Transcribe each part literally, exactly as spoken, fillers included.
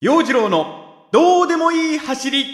陽次郎のどうでもいい走り。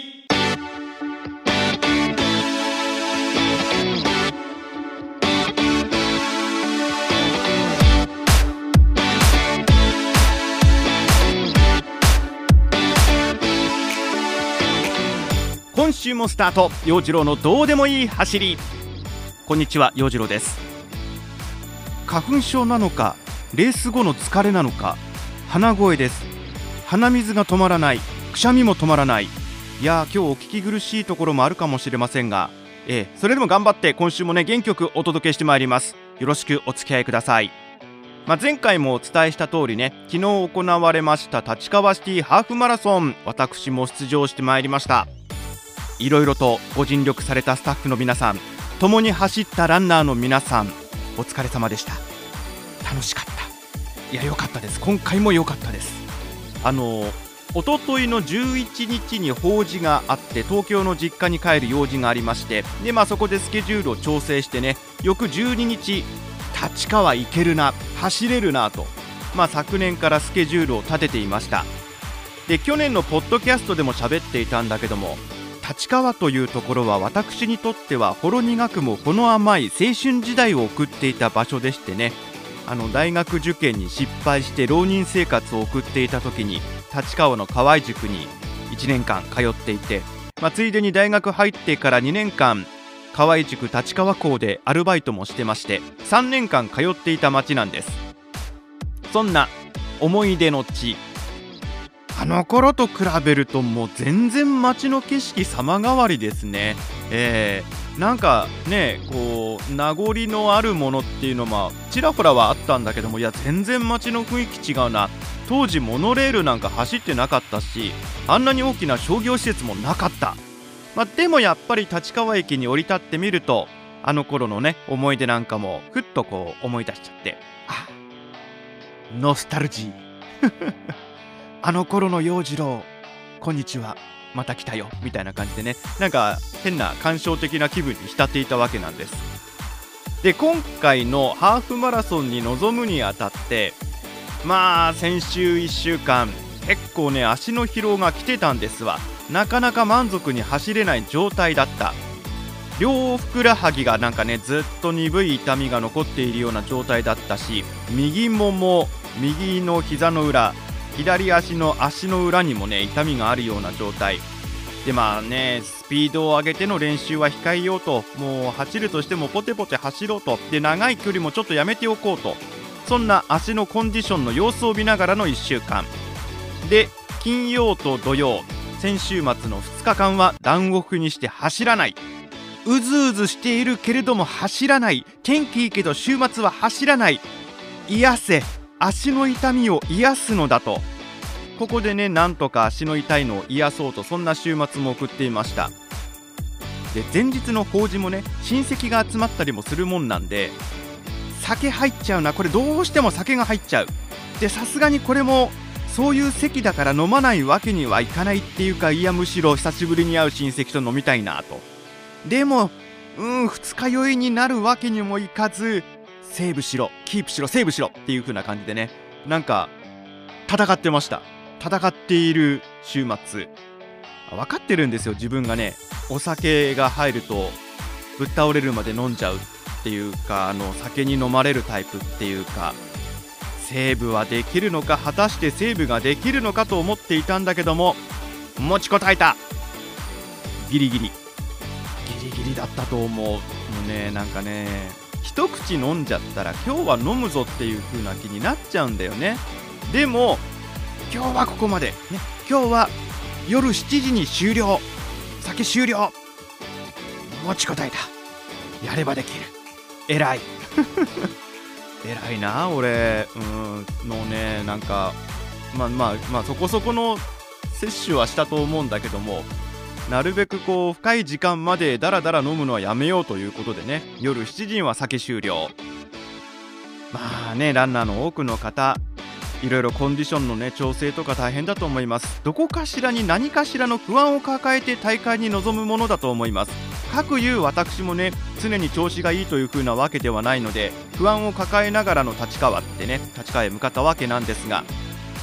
今週もスタート、陽次郎のどうでもいい走り。こんにちは、陽次郎です。花粉症なのか、レース後の疲れなのか、鼻声です。鼻水が止まらない、くしゃみも止まらない。いやー、今日お聞き苦しいところもあるかもしれませんが、えー、それでも頑張って今週もね、元気よくお届けしてまいります。よろしくお付き合いください。まあ、前回もお伝えした通りね、昨日行われました立川シティハーフマラソン、私も出場してまいりました。いろいろとご尽力されたスタッフの皆さん、共に走ったランナーの皆さん、お疲れ様でした。楽しかった。いや、良かったです。今回も良かったです。あのおとといのじゅういちにちに法事があって、東京の実家に帰る用事がありまして、で、まあ、そこでスケジュールを調整してね、翌じゅうににち立川行けるな、走れるなと、まあ、昨年からスケジュールを立てていました。で、去年のポッドキャストでも喋っていたんだけども、立川というところは私にとってはほろ苦くもほの甘い青春時代を送っていた場所でしてね、あの大学受験に失敗して浪人生活を送っていた時に立川の河合塾にいちねんかん通っていて、まあ、ついでに大学入ってからにねんかん河合塾立川校でアルバイトもしてまして、さんねんかん通っていた町なんです。そんな思い出の地、あの頃と比べるともう全然街の景色様変わりですね。えー、なんかね、こう名残のあるものっていうのもちらほらはあったんだけども、いや全然街の雰囲気違うな。当時モノレールなんか走ってなかったし、あんなに大きな商業施設もなかった。まあ、でもやっぱり立川駅に降り立ってみると、あの頃のね思い出なんかもふっとこう思い出しちゃって、あ、ノスタルジーあの頃の陽次郎、こんにちは、また来たよ、みたいな感じでね、なんか変な感傷的な気分に浸っていたわけなんです。で、今回のハーフマラソンに臨むにあたって、まあ先週いっしゅうかん結構ね足の疲労が来てたんですわ。なかなか満足に走れない状態だった。両ふくらはぎがなんかねずっと鈍い痛みが残っているような状態だったし、右もも、右の膝の裏、左足の足の裏にもね痛みがあるような状態で、まあねスピードを上げての練習は控えようと、もう走るとしてもポテポテ走ろうと、で長い距離もちょっとやめておこうと、そんな足のコンディションの様子を見ながらのいっしゅうかんで、金曜と土曜、先週末のふつかかんはダウンオフにして走らない、うずうずしているけれども走らない、天気いいけど週末は走らない、癒せ、足の痛みを癒すのだと、ここでねなんとか足の痛いのを癒そうと、そんな週末も送っていました。で、前日の法事もね親戚が集まったりもするもんなんで、酒入っちゃうな、これどうしても酒が入っちゃう。で、さすがにこれもそういう席だから飲まないわけにはいかないっていうか、いやむしろ久しぶりに会う親戚と飲みたいなと。でもうん二日酔いになるわけにもいかず、セーブしろ、キープしろ、セーブしろっていう風な感じでね、なんか戦ってました。戦っている週末、分かってるんですよ、自分がねお酒が入るとぶっ倒れるまで飲んじゃうっていうか、あの酒に飲まれるタイプっていうか、セーブはできるのか、果たしてセーブができるのかと思っていたんだけども、持ちこたえた。ギリギリギリギリだったと思う。もうね、なんかね一口飲んじゃったら今日は飲むぞっていう風な気になっちゃうんだよね。でも今日はここまで、ね、今日は夜しちじに終了、酒終了、持ちこたえた、やればできる、偉い偉いな俺。うんのね、なんかまあまあまあそこそこの摂取はしたと思うんだけども、なるべくこう深い時間までだらだら飲むのはやめようということでね、夜しちじには酒終了。まあね、ランナーの多くの方、いろいろコンディションのね調整とか大変だと思います。どこかしらに何かしらの不安を抱えて大会に臨むものだと思います。かくいう私もね常に調子がいいという風なわけではないので、不安を抱えながらの立川ってね立川へ向かったわけなんですが、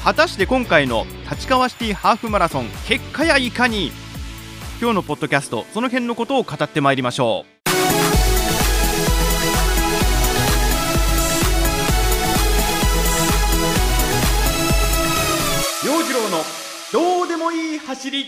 果たして今回の立川シティハーフマラソン結果やいかに。今日のポッドキャスト、その辺のことを語ってまいりましょう。陽次郎のどうでもいい走り。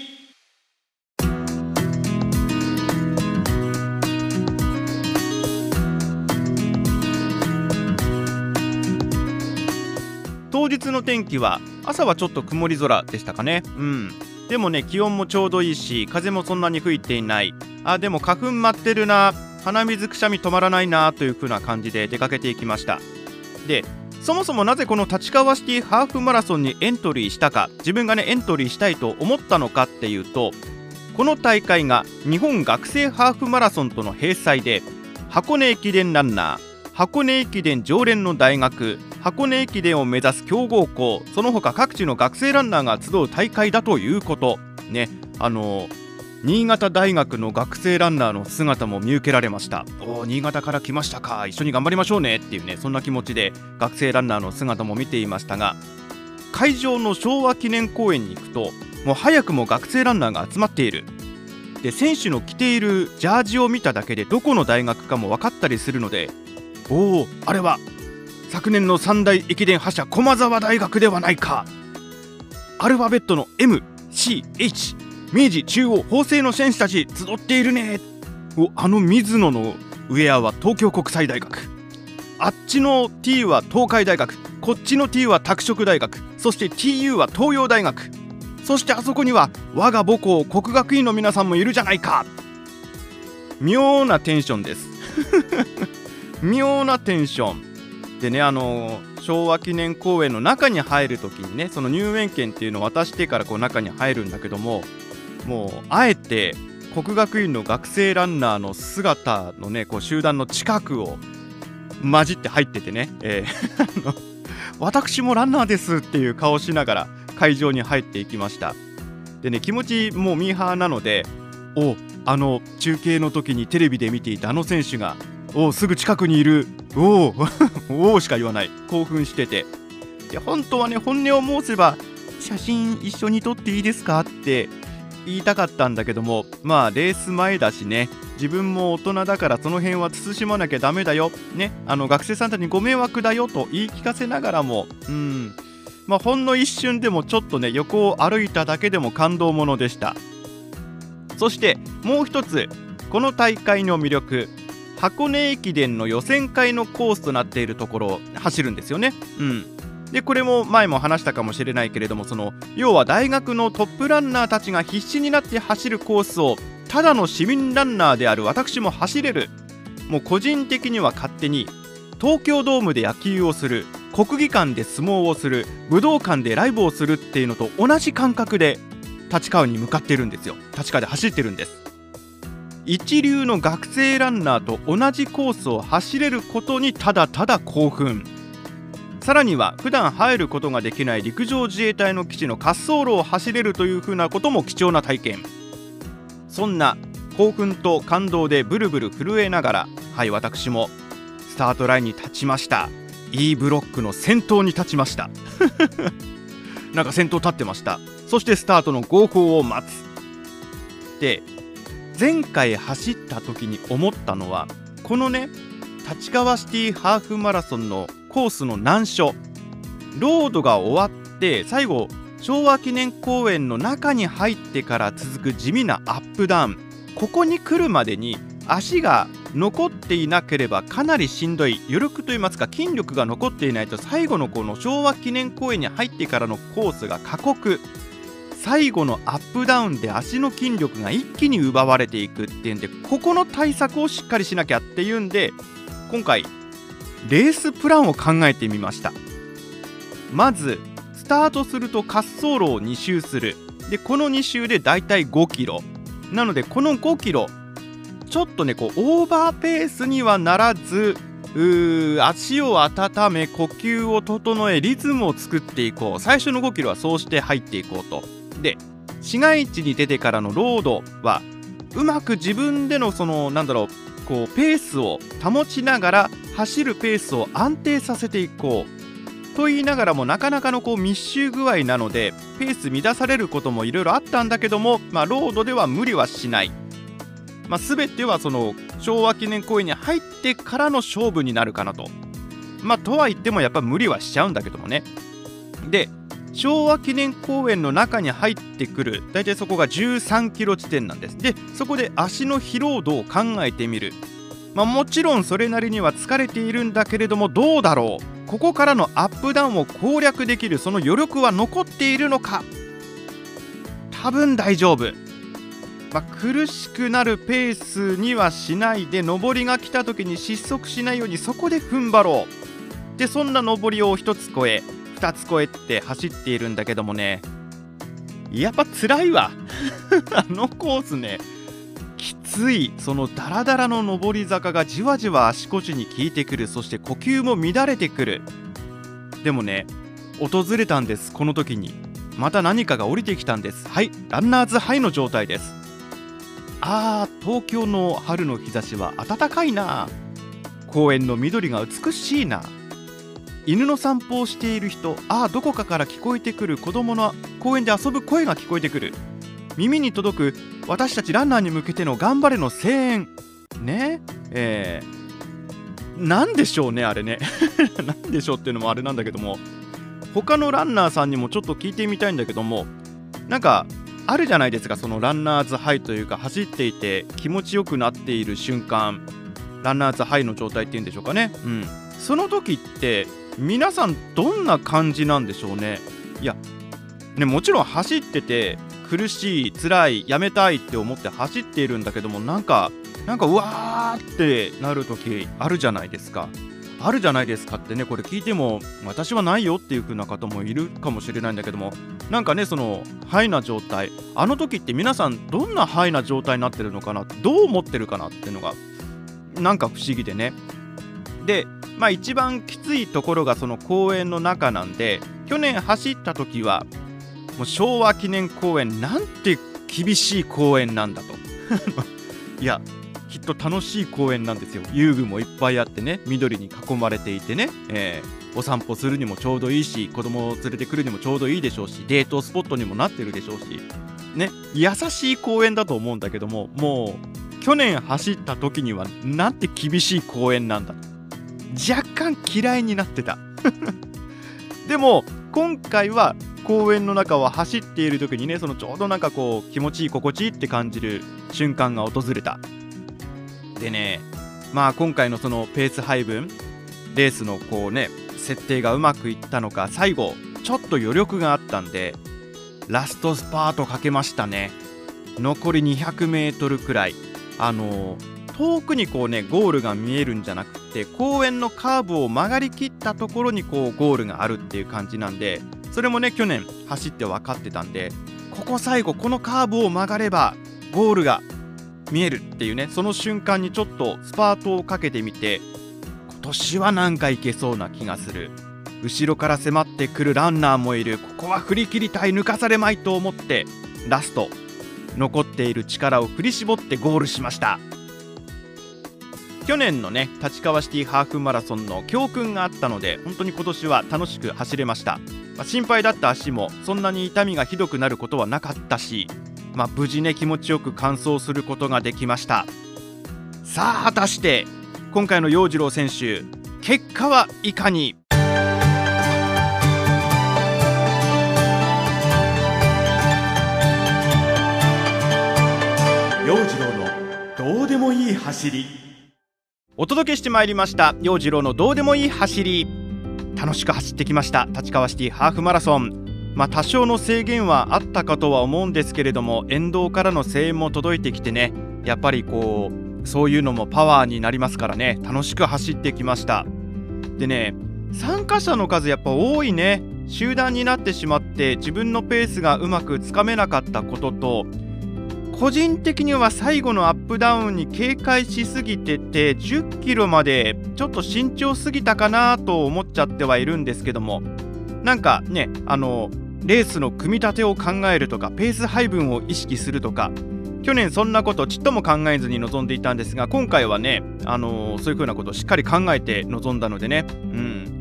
当日の天気は朝はちょっと曇り空でしたかね。うんでもね、気温もちょうどいいし、風もそんなに吹いていない。あでも花粉舞ってるな、鼻水くしゃみ止まらないなという風な感じで出かけていきました。でそもそもなぜこの立川シティハーフマラソンにエントリーしたか、自分がねエントリーしたいと思ったのかっていうと、この大会が日本学生ハーフマラソンとの併催で、箱根駅伝ランナー、箱根駅伝常連の大学、箱根駅伝を目指す強豪校、その他各地の学生ランナーが集う大会だということね。あの新潟大学の学生ランナーの姿も見受けられました。おー、新潟から来ましたか、一緒に頑張りましょうねっていうね、そんな気持ちで学生ランナーの姿も見ていましたが、会場の昭和記念公園に行くと、もう早くも学生ランナーが集まっている。で選手の着ているジャージを見ただけでどこの大学かも分かったりするので、おお、あれは昨年の三大駅伝覇者駒澤大学ではないか。アルファベットの エムシーエイチ、 明治、中央、法政の選手たち集っているね。おあの水野のウェアは東京国際大学、あっちの T は東海大学、こっちの T は拓殖大学、そして ティーユー は東洋大学、そしてあそこには我が母校国学院の皆さんもいるじゃないか。妙なテンションです妙なテンションでね、あの昭和記念公園の中に入るときにね、その入園券っていうのを渡してからこう中に入るんだけども、もうあえて国学院の学生ランナーの姿のね、こう集団の近くを混じって入っててね、えー、あの私もランナーですっていう顔しながら会場に入っていきました。でね、気持ちもうミーハーなので、おあの中継の時にテレビで見ていたあの選手がおすぐ近くにいる、おおおしか言わない、興奮してて、で本当はね、本音を申せば写真一緒に撮っていいですかって言いたかったんだけども、まあレース前だしね、自分も大人だからその辺は慎まなきゃダメだよね、あの学生さんたちにご迷惑だよと言い聞かせながらも、うんまあほんの一瞬でもちょっとね、横を歩いただけでも感動ものでした。そしてもう一つ、この大会の魅力、箱根駅伝の予選会のコースとなっているところを走るんですよね。うん、でこれも前も話したかもしれないけれども、その要は大学のトップランナーたちが必死になって走るコースをただの市民ランナーである私も走れる。もう個人的には勝手に東京ドームで野球をする、国技館で相撲をする、武道館でライブをするっていうのと同じ感覚で立川に向かってるんですよ。立川で走ってるんです。一流の学生ランナーと同じコースを走れることにただただ興奮。さらには普段入ることができない陸上自衛隊の基地の滑走路を走れるというふうなことも貴重な体験。そんな興奮と感動でブルブル震えながら、はい私もスタートラインに立ちました。 E ブロックの先頭に立ちましたなんか先頭立ってました。そしてスタートの号砲を待つ。で前回走った時に思ったのは、このね立川シティハーフマラソンのコースの難所、ロードが終わって最後昭和記念公園の中に入ってから続く地味なアップダウン、ここに来るまでに足が残っていなければかなりしんどい、余力といいますか筋力が残っていないと最後のこの昭和記念公園に入ってからのコースが過酷、最後のアップダウンで足の筋力が一気に奪われていくっていうんで、ここの対策をしっかりしなきゃっていうんで、今回レースプランを考えてみました。まずスタートすると滑走路をに周する。でこのに周でだいたいごキロなので、このごキロちょっとねこうオーバーペースにはならず、うー足を温め呼吸を整えリズムを作っていこう。最初のごキロはそうして入っていこうと。で市街地に出てからのロードはうまく自分でのそのなんだろうこうペースを保ちながら走るペースを安定させていこう。 と言いながらもなかなかのこう密集具合なのでペース乱されることもいろいろあったんだけども、まあ、ロードでは無理はしない、まあ、全てはその昭和記念公園に入ってからの勝負になるかなと。まあとは言ってもやっぱ無理はしちゃうんだけどもね。で昭和記念公園の中に入ってくるだいたいそこがじゅうさんキロ地点なんです。でそこで足の疲労度を考えてみる。まあもちろんそれなりには疲れているんだけれども、どうだろう、ここからのアップダウンを攻略できるその余力は残っているのか。多分大丈夫。まあ、苦しくなるペースにはしないで、上りが来た時に失速しないようにそこで踏ん張ろう。でそんな上りをひとつ越えふたつ越えって走っているんだけどもね、やっぱ辛いわあのコースねきつい。そのダラダラの上り坂がじわじわ足腰に効いてくる。そして呼吸も乱れてくる。でもね訪れたんです。この時にまた何かが降りてきたんです。はい、ランナーズハイの状態です。あー、東京の春の日差しは暖かいな。公園の緑が美しいな。犬の散歩をしている人、あー、どこかから聞こえてくる子供の公園で遊ぶ声が聞こえてくる。耳に届く私たちランナーに向けての頑張れの声援ね。えー、なんでしょうねあれねなんでしょうっていうのもあれなんだけども、他のランナーさんにもちょっと聞いてみたいんだけども、なんかあるじゃないですか、そのランナーズハイというか走っていて気持ちよくなっている瞬間、ランナーズハイの状態っていうんでしょうかね。うん、その時って皆さんどんな感じなんでしょうね。いやね、もちろん走ってて苦しい辛いやめたいって思って走っているんだけども、なんかなんかうわーってなる時あるじゃないですか。あるじゃないですかってね、これ聞いても私はないよっていう風な方もいるかもしれないんだけども、なんかねそのハイな状態、あの時って皆さんどんなハイな状態になってるのかな、どう思ってるかなっていうのがなんか不思議でね。でまあ一番きついところがその公園の中なんで、去年走った時はもう昭和記念公園なんて厳しい公園なんだといやきっと楽しい公園なんですよ。遊具もいっぱいあってね、緑に囲まれていてね、えー、お散歩するにもちょうどいいし、子供を連れてくるにもちょうどいいでしょうし、デートスポットにもなってるでしょうしね、優しい公園だと思うんだけども、もう去年走った時にはなんて厳しい公園なんだと若干嫌いになってたでも今回は公園の中を走っている時にね、そのちょうどなんかこう気持ちいい心地いいって感じる瞬間が訪れた。でね、まあ今回のそのペース配分、レースのこうね設定がうまくいったのか、最後ちょっと余力があったんでラストスパートかけましたね。残りにひゃくメートルくらい、あのー遠くにこうねゴールが見えるんじゃなくて、公園のカーブを曲がりきったところにこうゴールがあるっていう感じなんで、それもね去年走って分かってたんで、ここ最後このカーブを曲がればゴールが見えるっていうね、その瞬間にちょっとスパートをかけてみて、今年はなんかいけそうな気がする。後ろから迫ってくるランナーもいる。ここは振り切りたい、抜かされまいと思ってラスト残っている力を振り絞ってゴールしました。去年のね立川シティハーフマラソンの教訓があったので、本当に今年は楽しく走れました。まあ、心配だった足もそんなに痛みがひどくなることはなかったし、まあ、無事ね気持ちよく完走することができました。さあ果たして今回の陽次郎選手、結果はいかに。陽次郎のどうでもいい走り、お届けしてまいりました陽次郎のどうでもいい走り。楽しく走ってきました立川シティハーフマラソン。まあ多少の制限はあったかとは思うんですけれども、沿道からの声援も届いてきてね、やっぱりこうそういうのもパワーになりますからね、楽しく走ってきました。でね、参加者の数やっぱ多いね。集団になってしまって自分のペースがうまくつかめなかったことと、個人的には最後のアップダウンに警戒しすぎてて、じゅっキロまでちょっと慎重すぎたかなと思っちゃってはいるんですけども、なんかね、あのレースの組み立てを考えるとかペース配分を意識するとか、去年そんなことちっとも考えずに臨んでいたんですが、今回はね、あのそういう風なことをしっかり考えて臨んだのでね、うん、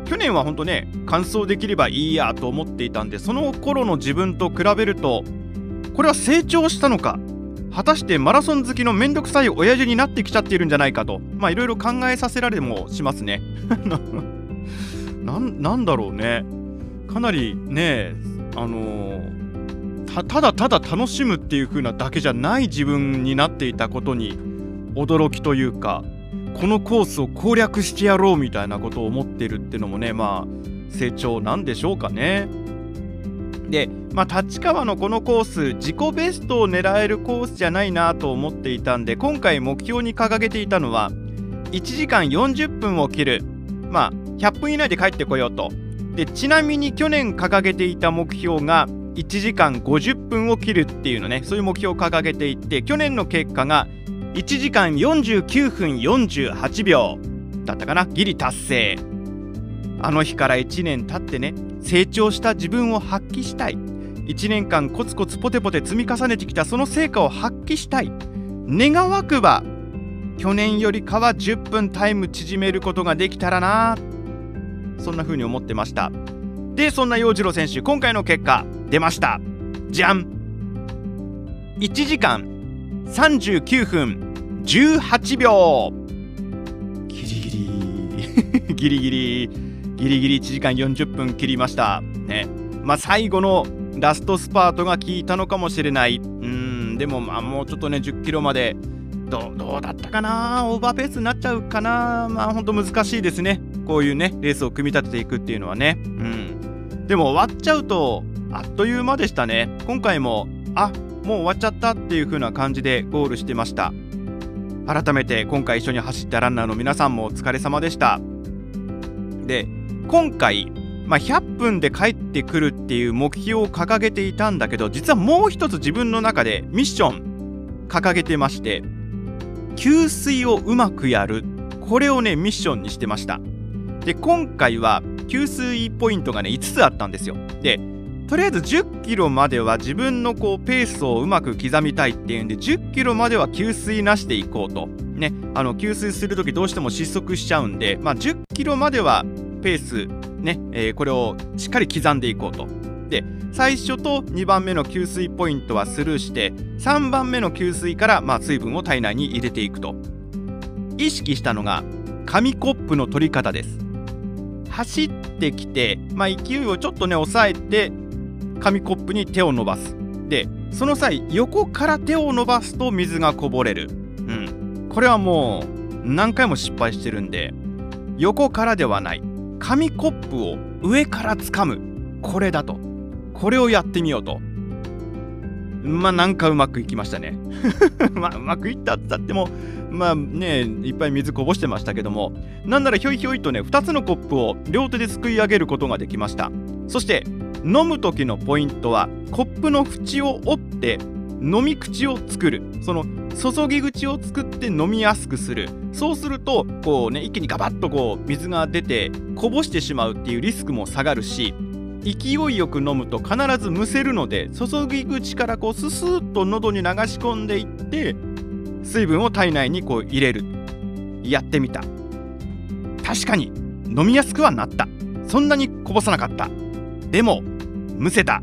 去年は本当ね完走できればいいやと思っていたんで、その頃の自分と比べるとこれは成長したのか、果たしてマラソン好きのめんどくさい親父になってきちゃっているんじゃないかと、まあいろいろ考えさせられもしますねな, なんだろうね、かなりねあのー、た, ただただ楽しむっていう風なだけじゃない自分になっていたことに驚きというか、このコースを攻略してやろうみたいなことを思ってるっていうのもね、まあ成長なんでしょうかね。で、まあ、立川のこのコース、自己ベストを狙えるコースじゃないなと思っていたんで、今回目標に掲げていたのはいちじかんよんじゅっぷんを切る、まあひゃっぷん以内で帰ってこようと。でちなみに去年掲げていた目標がいちじかんごじゅっぷんを切るっていうのね、そういう目標を掲げていて、去年の結果がいちじかんよんじゅうきゅうふんよんじゅうはちびょうだったかな。ギリ達成。あの日からいちねん経ってね、成長した自分を発揮したい。いちねんかんコツコツポテポテ積み重ねてきたその成果を発揮したい。願わくば去年よりかはじゅっぷんタイム縮めることができたらな、そんな風に思ってました。でそんな陽次郎選手、今回の結果出ました。じゃん、いちじかんさんじゅうきゅうふんじゅうはちびょう、ギリギリギリギリギリギリいちじかんよんじゅっぷん切りましたね。まあ最後のラストスパートが効いたのかもしれない。うーんでもまあもうちょっとねじゅっキロまでどう、どうだったかな、オーバーペースになっちゃうかな。まあほんと難しいですね、こういうねレースを組み立てていくっていうのはね。うんでも終わっちゃうとあっという間でしたね。今回もあもう終わっちゃったっていう風な感じでゴールしてました。改めて今回一緒に走ったランナーの皆さんもお疲れ様でした。で今回、まあ、ひゃっぷんで帰ってくるっていう目標を掲げていたんだけど、実はもう一つ自分の中でミッション掲げてまして、給水をうまくやる、これをねミッションにしてました。で今回は給水ポイントがねいつつあったんですよ。でとりあえずじゅっキロまでは自分のこうペースをうまく刻みたいっていうんで、じゅっキロまでは給水なしでいこうとね。あの給水するときどうしても失速しちゃうんで、まあ、じゅっキロまではペースね、えー、これをしっかり刻んでいこうと。で最初とにばんめの給水ポイントはスルーして、さんばんめの給水から、まあ、水分を体内に入れていくと。意識したのが紙コップの取り方です。走ってきて、まあ、勢いをちょっとね抑えて紙コップに手を伸ばす。でその際横から手を伸ばすと水がこぼれる。うんこれはもう何回も失敗してるんで、横からではない紙コップを上から掴む、これだと、これをやってみようと。まあなんかうまくいきましたねまあうまくいったって言ってもまあねいっぱい水こぼしてましたけども、なんならひょいひょいとねふたつのコップを両手ですくい上げることができました。そして飲む時のポイントはコップの縁を折って飲み口を作る、その注ぎ口を作って飲みやすくする。そうするとこうね一気にガバッとこう水が出てこぼしてしまうっていうリスクも下がるし、勢いよく飲むと必ずむせるので、注ぎ口からこうススーッと喉に流し込んでいって水分を体内にこう入れる。やってみた。確かに飲みやすくはなった。そんなにこぼさなかった。でもむせた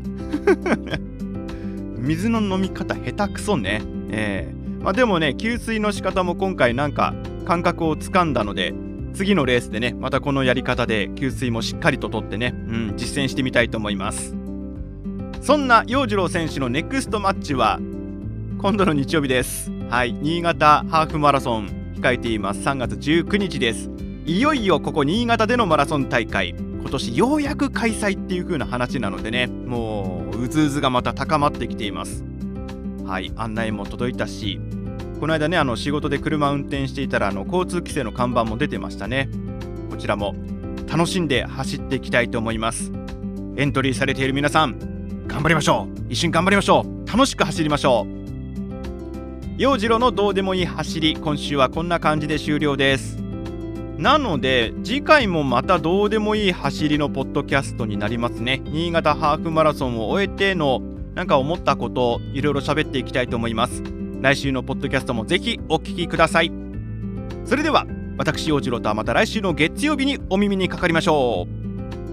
水の飲み方下手くそね。えーまあ、でもね給水の仕方も今回なんか感覚をつかんだので、次のレースでねまたこのやり方で給水もしっかりととってね、うん、実践してみたいと思います。そんな陽次郎選手のネクストマッチは今度の日曜日です。はい、新潟ハーフマラソン控えています。さんがつじゅうくにちです。いよいよここ新潟でのマラソン大会、今年ようやく開催っていう風な話なのでね、もううずうずがまた高まってきています。はい、案内も届いたし、この間ねあの仕事で車運転していたらあの交通規制の看板も出てましたね。こちらも楽しんで走っていきたいと思います。エントリーされている皆さん頑張りましょう。一緒に頑張りましょう。楽しく走りましょう。陽次郎のどうでもいい走り、今週はこんな感じで終了です。なので次回もまたどうでもいい走りのポッドキャストになりますね。新潟ハーフマラソンを終えてのなんか思ったことをいろいろ喋っていきたいと思います。来週のポッドキャストもぜひお聞きください。それでは私陽次郎とはまた来週の月曜日にお耳にかかりましょう。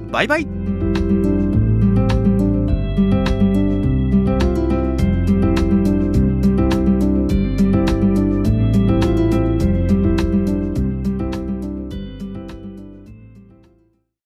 バイバイ。